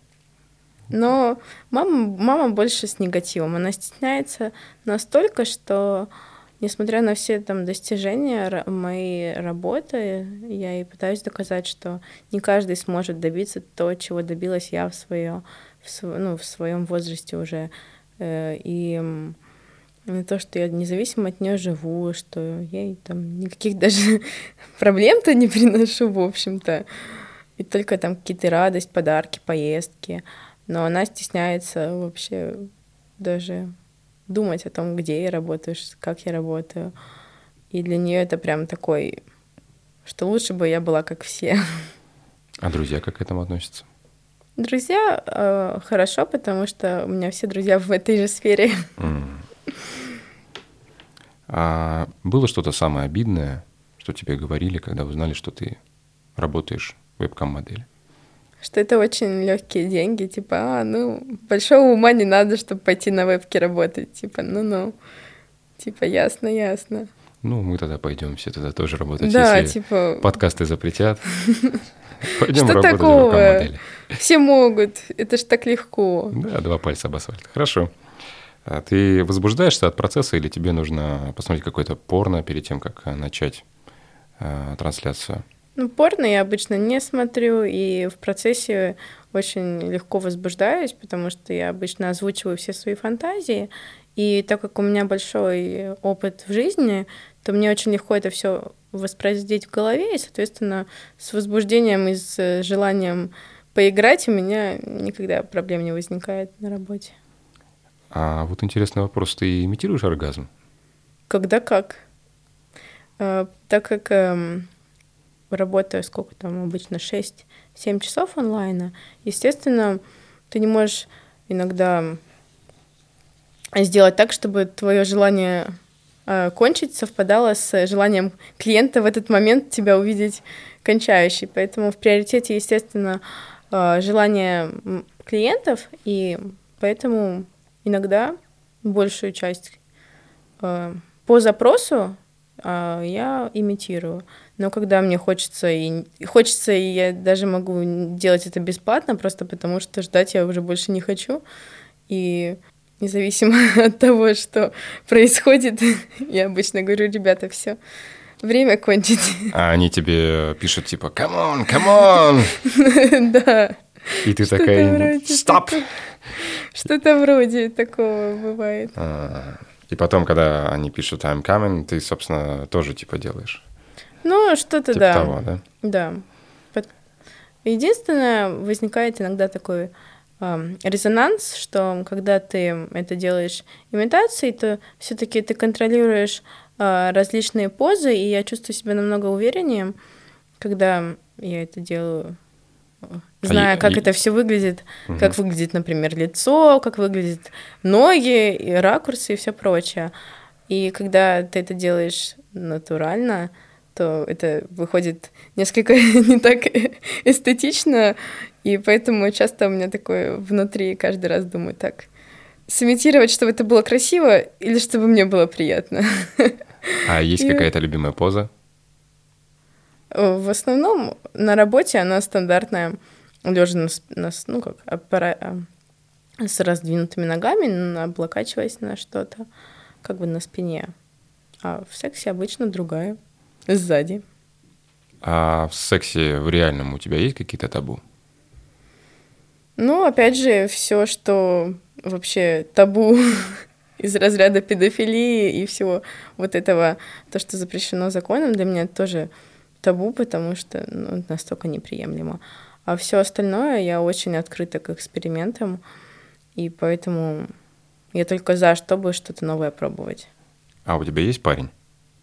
Но мама, мама больше с негативом. Она стесняется настолько, что, несмотря на все там достижения моей работы, я ей пытаюсь доказать, что не каждый сможет добиться то, чего добилась я в, своё, в, св, ну, в своем возрасте уже. И не то, что я независимо от нее живу, что я ей там никаких даже проблем-то не приношу, в общем-то. И только там какие-то радость, подарки, поездки. Но она стесняется вообще даже думать о том, где я работаю, как я работаю. И для нее это прям такой, что лучше бы я была как все. А друзья как к этому относятся? Друзья э, хорошо, потому что у меня все друзья в этой же сфере. Mm. А было что-то самое обидное, что тебе говорили, когда узнали, что ты работаешь вебкам-модели? Что это очень легкие деньги, типа, а, ну, большого ума не надо, чтобы пойти на вебке работать, типа, ну-ну, типа, ясно, ясно. Ну, мы тогда пойдем все тогда тоже работать, да, если типа... подкасты запретят. Пойдем что работать такого? в вебкам-модели. Все могут, это ж так легко. Да, два пальца об асфальт. Хорошо. А ты возбуждаешься от процесса или тебе нужно посмотреть какое-то порно перед тем, как начать э, трансляцию? Ну, порно я обычно не смотрю, и в процессе очень легко возбуждаюсь, потому что я обычно озвучиваю все свои фантазии, и так как у меня большой опыт в жизни, то мне очень легко это все воспроизводить в голове, и, соответственно, с возбуждением и с желанием поиграть у меня никогда проблем не возникает на работе. А вот интересный вопрос. Ты имитируешь оргазм? Когда как. А, так как эм, работаю сколько там обычно, шесть-семь часов онлайна, естественно, ты не можешь иногда сделать так, чтобы твое желание э, кончить совпадало с желанием клиента в этот момент тебя увидеть кончающей. Поэтому в приоритете, естественно, э, желание клиентов, и поэтому иногда большую часть э, по запросу э, я имитирую. Но когда мне хочется, и хочется, и я даже могу делать это бесплатно, просто потому что ждать я уже больше не хочу. И независимо от того, что происходит, я обычно говорю: ребята, все, время кончить. А они тебе пишут типа «Come on, come on!» Да. И ты такая «Стоп!» Что-то вроде такого бывает. И потом, когда они пишут «I'm coming», ты, собственно, тоже типа делаешь? Ну, что-то типа да. того, да? Да. Единственное, возникает иногда такой э, резонанс, что когда ты это делаешь имитацией, то все-таки ты контролируешь э, различные позы, и я чувствую себя намного увереннее, когда я это делаю, зная, а как я... это все выглядит, угу. Как выглядит, например, лицо, как выглядят ноги, и ракурсы и все прочее. И когда ты это делаешь натурально, то это выходит несколько не так эстетично, и поэтому часто у меня такое внутри каждый раз думаю: так, сымитировать, чтобы это было красиво, или чтобы мне было приятно. А есть и... какая-то любимая поза? В основном на работе она стандартная, лежа на, на ну как, аппара... с раздвинутыми ногами, облокачиваясь на что-то, как бы на спине. А в сексе обычно другая. Сзади. А в сексе в реальном у тебя есть какие-то табу? Ну, опять же, все, что вообще табу из разряда педофилии и всего вот этого, то, что запрещено законом, для меня тоже табу, потому что ну, настолько неприемлемо. А все остальное я очень открыта к экспериментам, и поэтому я только за, чтобы что-то новое пробовать. А у тебя есть парень?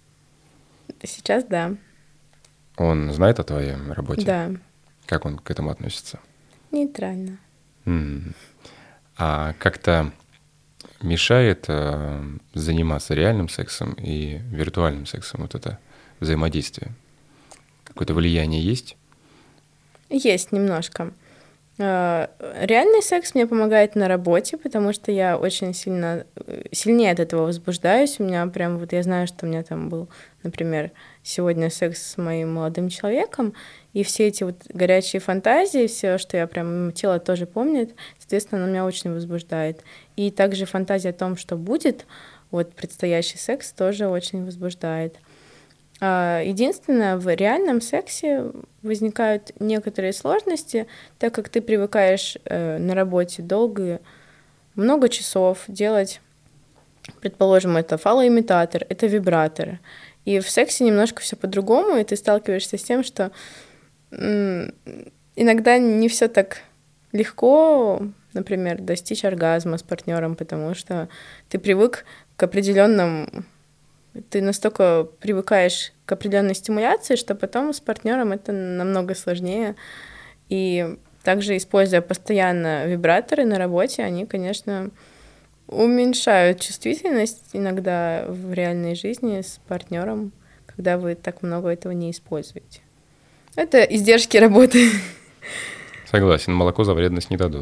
Сейчас да. Он знает о твоей работе? Да. Как он к этому относится? Нейтрально. Mm. А как-то мешает э, заниматься реальным сексом и виртуальным сексом вот это взаимодействие? Какое-то влияние есть? Есть немножко. Реальный секс мне помогает на работе, потому что я очень сильно, сильнее от этого возбуждаюсь. У меня прям вот я знаю, что у меня там был, например, сегодня секс с моим молодым человеком, и все эти вот горячие фантазии, все, что я прям, тело тоже помнит, соответственно, оно меня очень возбуждает. И также фантазия о том, что будет, вот предстоящий секс тоже очень возбуждает. Единственное, в реальном сексе возникают некоторые сложности, так как ты привыкаешь э, на работе долго, много часов делать, предположим, это фалоимитатор, это вибратор. И в сексе немножко все по-другому, и ты сталкиваешься с тем, что м- иногда не все так легко, например, достичь оргазма с партнером, потому что ты привык к определенным ты настолько привыкаешь к определенной стимуляции, что потом с партнером это намного сложнее. И также, используя постоянно вибраторы на работе, они, конечно, уменьшают чувствительность иногда в реальной жизни с партнером, когда вы так много этого не используете. Это издержки работы. Согласен, молоко за вредность не дадут.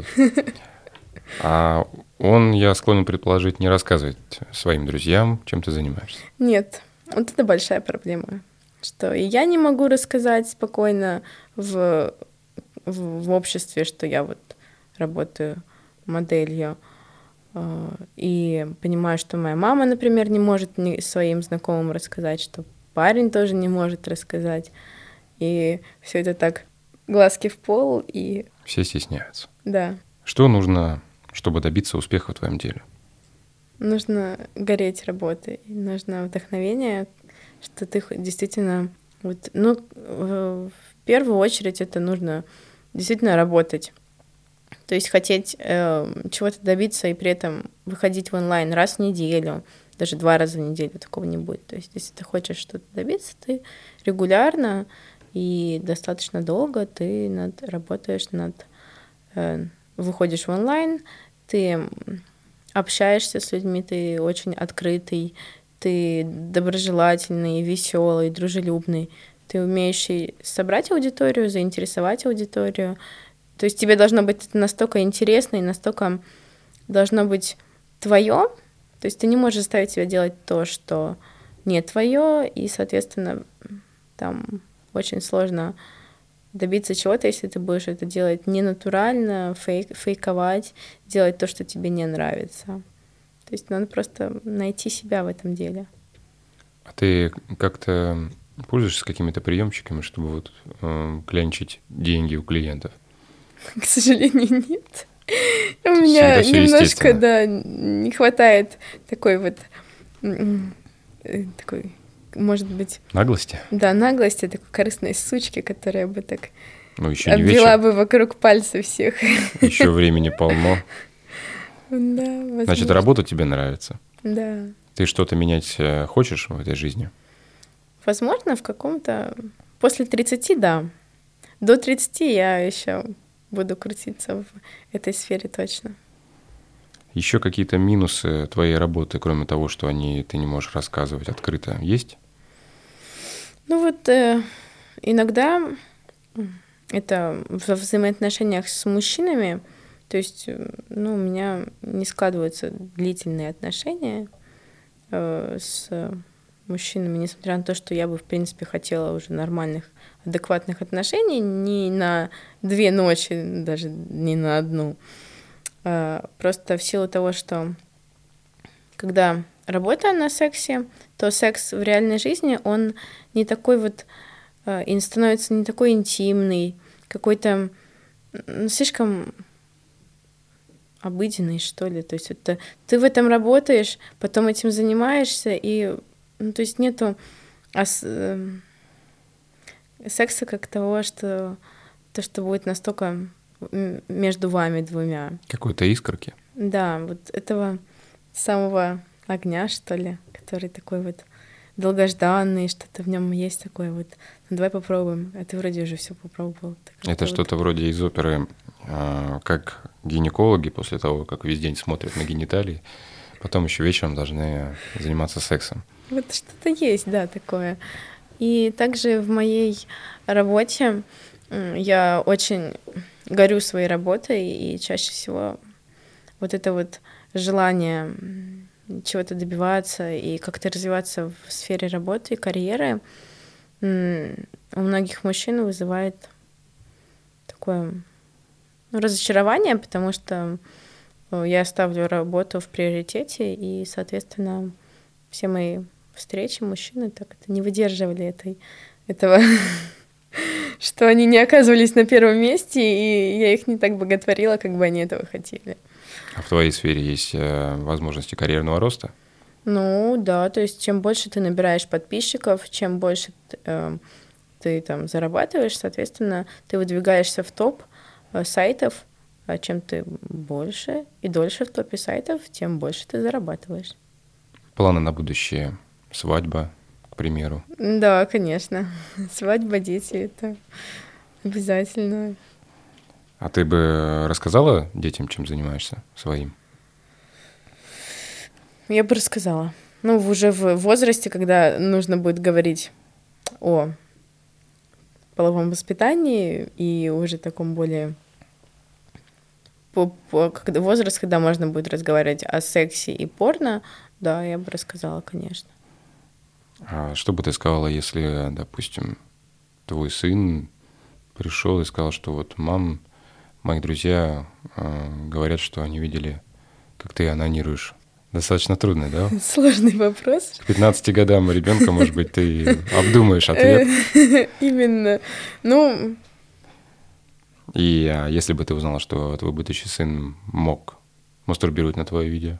А он, я склонен предположить, не рассказывает своим друзьям, чем ты занимаешься. Нет, вот это большая проблема, что и я не могу рассказать спокойно в, в, в обществе, что я вот работаю моделью, и понимаю, что моя мама, например, не может своим знакомым рассказать, что парень тоже не может рассказать, и все это так глазки в пол, и... Все стесняются. Да. Что нужно, чтобы добиться успеха в твоем деле? Нужно гореть работой, нужно вдохновение, что ты действительно... Вот, ну, в первую очередь это нужно действительно работать. То есть хотеть э, чего-то добиться и при этом выходить в онлайн раз в неделю, даже два раза в неделю такого не будет. То есть если ты хочешь что-то добиться, ты регулярно и достаточно долго ты над, работаешь над... Э, выходишь в онлайн, ты общаешься с людьми, ты очень открытый, ты доброжелательный, веселый, дружелюбный. Ты умеешь собрать аудиторию, заинтересовать аудиторию. То есть тебе должно быть это настолько интересно и настолько должно быть твое. То есть ты не можешь заставить себя делать то, что не твое, и, соответственно, там очень сложно добиться чего-то, если ты будешь это делать ненатурально, фейк, фейковать, делать то, что тебе не нравится. То есть надо просто найти себя в этом деле. А ты как-то пользуешься какими-то приемчиками, чтобы вот э, клянчить деньги у клиентов? К сожалению, нет. У меня немножко, да, не хватает такой вот, такой, может быть... Наглости? Да, наглости, такой корыстной сучки, которая бы так ну, еще не обвела вечер. бы вокруг пальца всех. Еще времени полно. Да, возможно. Значит, работа тебе нравится? Да. Ты что-то менять хочешь в этой жизни? Возможно, в каком-то... После тридцати, да. До тридцати я еще буду крутиться в этой сфере точно. Еще какие-то минусы твоей работы, кроме того, что они, ты не можешь рассказывать открыто, есть? Ну вот э, иногда это во взаимоотношениях с мужчинами, то есть, ну, у меня не складываются длительные отношения э, с мужчинами, несмотря на то, что я бы, в принципе, хотела уже нормальных, адекватных отношений, не на две ночи, даже не на одну. А просто в силу того, что когда работаю на сексе, то секс в реальной жизни, он не такой вот, и становится не такой интимный, какой-то ну, слишком обыденный, что ли. То есть это, ты в этом работаешь, потом этим занимаешься, и ну, то есть нету ос... секса как того, что то, что будет настолько между вами двумя. Какой-то искорки. Да, вот этого самого огня, что ли, который такой вот долгожданный, что-то в нем есть такое вот. Ну, давай попробуем. А ты вроде уже все попробовал. Это вот что-то вроде из оперы, как гинекологи после того, как весь день смотрят на гениталии, потом еще вечером должны заниматься сексом. Вот что-то есть, да, такое. И также в моей работе я очень горю своей работой, и чаще всего вот это вот желание чего-то добиваться и как-то развиваться в сфере работы и карьеры у многих мужчин вызывает такое ну, разочарование, потому что я ставлю работу в приоритете, и, соответственно, все мои встречи мужчины так это не выдерживали этой, этого, что они не оказывались на первом месте, и я их не так боготворила, как бы они этого хотели. А в твоей сфере есть возможности карьерного роста? Ну, да, то есть чем больше ты набираешь подписчиков, чем больше ты, э, ты там зарабатываешь, соответственно, ты выдвигаешься в топ э, сайтов, а чем ты больше и дольше в топе сайтов, тем больше ты зарабатываешь. Планы на будущее? Свадьба, к примеру? Да, конечно. Свадьба, дети — это обязательно. А ты бы рассказала детям, чем занимаешься своим? Я бы рассказала. Ну, уже в возрасте, когда нужно будет говорить о половом воспитании и уже таком более... По, по, когда возраст, когда можно будет разговаривать о сексе и порно, да, я бы рассказала, конечно. А что бы ты сказала, если, допустим, твой сын пришел и сказал, что вот мам, мои друзья э, говорят, что они видели, как ты онанируешь? Достаточно трудный, да? Сложный вопрос. К пятнадцати годам ребенка, может быть, ты обдумаешь ответ. Именно. Ну... И а если бы ты узнала, что твой будущий сын мог мастурбировать на твое видео?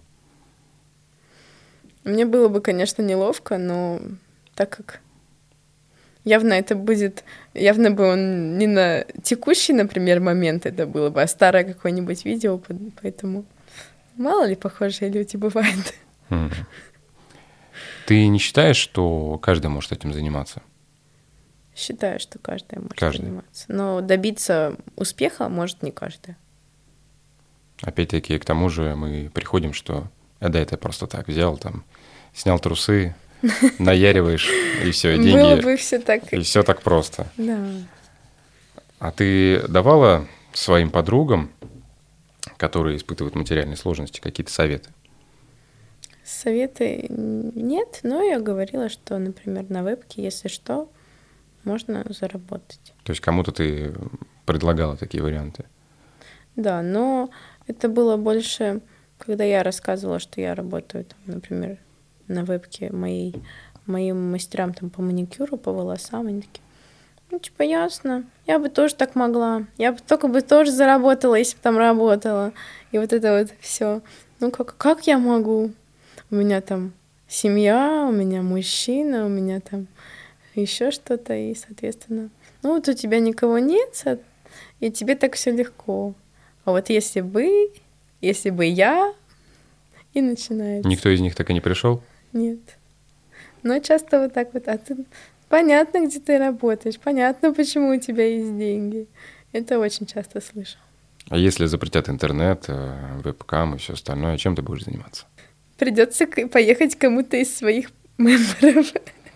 Мне было бы, конечно, неловко, но так как явно это будет... Явно бы он не на текущий, например, момент это было бы, а старое какое-нибудь видео, поэтому мало ли похожие люди бывают. Mm. Ты не считаешь, что каждый может этим заниматься? Считаю, что каждый может каждый. заниматься. Но добиться успеха может не каждый. Опять-таки, к тому же мы приходим, что да, это просто так взял, там, снял трусы, наяриваешь, и все, деньги. Было бы все так. И все так просто. Да. А ты давала своим подругам, которые испытывают материальные сложности, какие-то советы? Советы нет, но я говорила, что, например, на вебке, если что, можно заработать. То есть кому-то ты предлагала такие варианты? Да, но это было больше когда я рассказывала, что я работаю, там, например, на вебке моей, моим мастерам там, по маникюру, по волосам, они такие, ну, типа, ясно, я бы тоже так могла, я бы только бы тоже заработала, если бы там работала. И вот это вот все. Ну, как, как я могу? У меня там семья, у меня мужчина, у меня там еще что-то, и, соответственно, ну, вот у тебя никого нет, и тебе так все легко. А вот если бы, если бы я, и начинается. Никто из них так и не пришел? Нет. Но часто вот так вот, а ты... Понятно, где ты работаешь, понятно, почему у тебя есть деньги. Это очень часто слышу. А если запретят интернет, вебкам и все остальное, чем ты будешь заниматься? Придется поехать кому-то из своих мемберов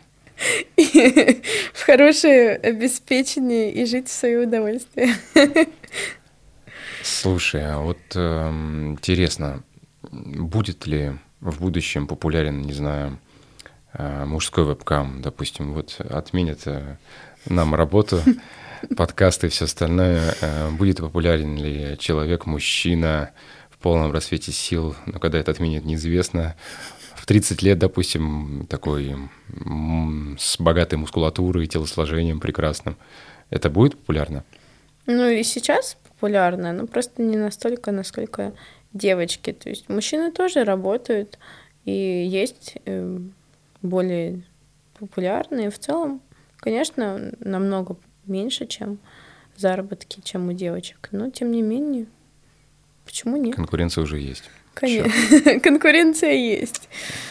в хорошее обеспечение и жить в свое удовольствие. Слушай, а вот э, интересно, будет ли в будущем популярен, не знаю, э, мужской вебкам, допустим, вот отменят э, нам работу, подкасты и все остальное, э, будет популярен ли человек-мужчина в полном расцвете сил, но когда это отменят, неизвестно. В тридцать лет, допустим, такой м- с богатой мускулатурой, телосложением прекрасным. Это будет популярно? Ну и сейчас популярно, но просто не настолько, насколько девочки. То есть мужчины тоже работают, и есть э, более популярные. В целом, конечно, намного меньше, чем заработки, чем у девочек. Но, тем не менее, почему нет? Конкуренция уже есть. Конечно, конкуренция есть.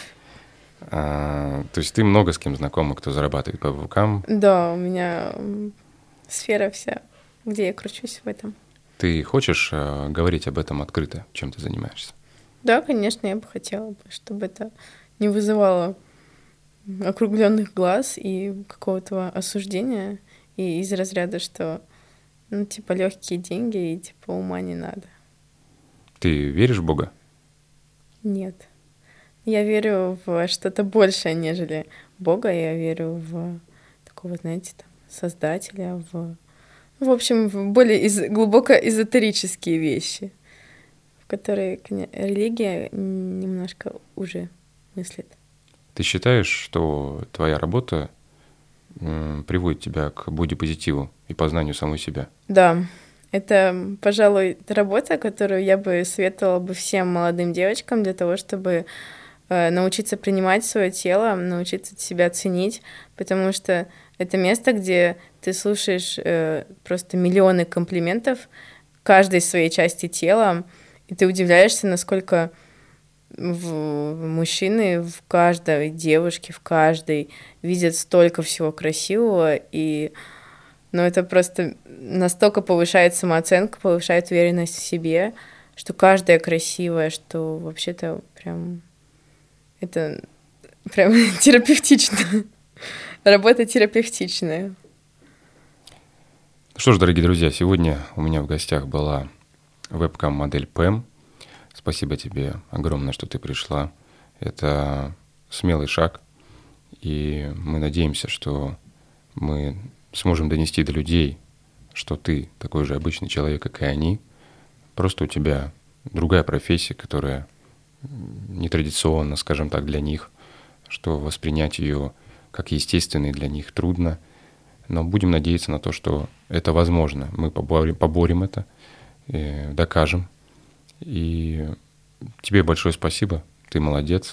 А, то есть ты много с кем знакома, кто зарабатывает по вебкам? Да, у меня сфера вся, где я кручусь в этом. Ты хочешь а, говорить об этом открыто, чем ты занимаешься? Да, конечно, я бы хотела, чтобы это не вызывало округленных глаз и какого-то осуждения, и из разряда, что, ну, типа, легкие деньги и, типа, ума не надо. Ты веришь в Бога? Нет. Я верю в что-то большее, нежели Бога. Я верю в такого, знаете, там, Создателя, в, в общем, в более из, глубоко эзотерические вещи, в которые религия немножко уже мыслит. Ты считаешь, что твоя работа м, приводит тебя к бодипозитиву и познанию самой себя? Да. Это, пожалуй, работа, которую я бы советовала бы всем молодым девочкам для того, чтобы э, научиться принимать свое тело, научиться себя ценить, потому что это место, где ты слушаешь э, просто миллионы комплиментов каждой своей части тела, и ты удивляешься, насколько в, мужчины в каждой девушке, в каждой видят столько всего красивого, и но это просто настолько повышает самооценку, повышает уверенность в себе, что каждая красивая, что вообще-то прям это прям терапевтично. Работа терапевтичная. Что ж, дорогие друзья, сегодня у меня в гостях была вебкам-модель Пэм. Спасибо тебе огромное, что ты пришла. Это смелый шаг, и мы надеемся, что мы сможем донести до людей, что ты такой же обычный человек, как и они. Просто у тебя другая профессия, которая нетрадиционна, скажем так, для них, что воспринять ее как естественный для них трудно. Но будем надеяться на то, что это возможно. Мы поборем, поборем это, докажем. И тебе большое спасибо. Ты молодец.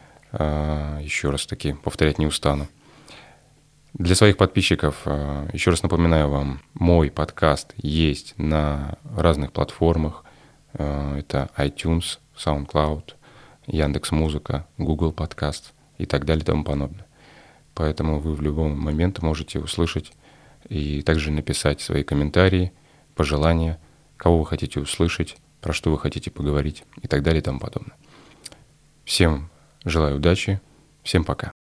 Еще раз таки повторять не устану. Для своих подписчиков еще раз напоминаю вам, мой подкаст есть на разных платформах. Это iTunes, SoundCloud, Яндекс.Музыка, Google Подкаст и так далее и тому подобное. Поэтому вы в любой момент можете услышать и также написать свои комментарии, пожелания, кого вы хотите услышать, про что вы хотите поговорить и так далее и тому подобное. Всем желаю удачи, всем пока.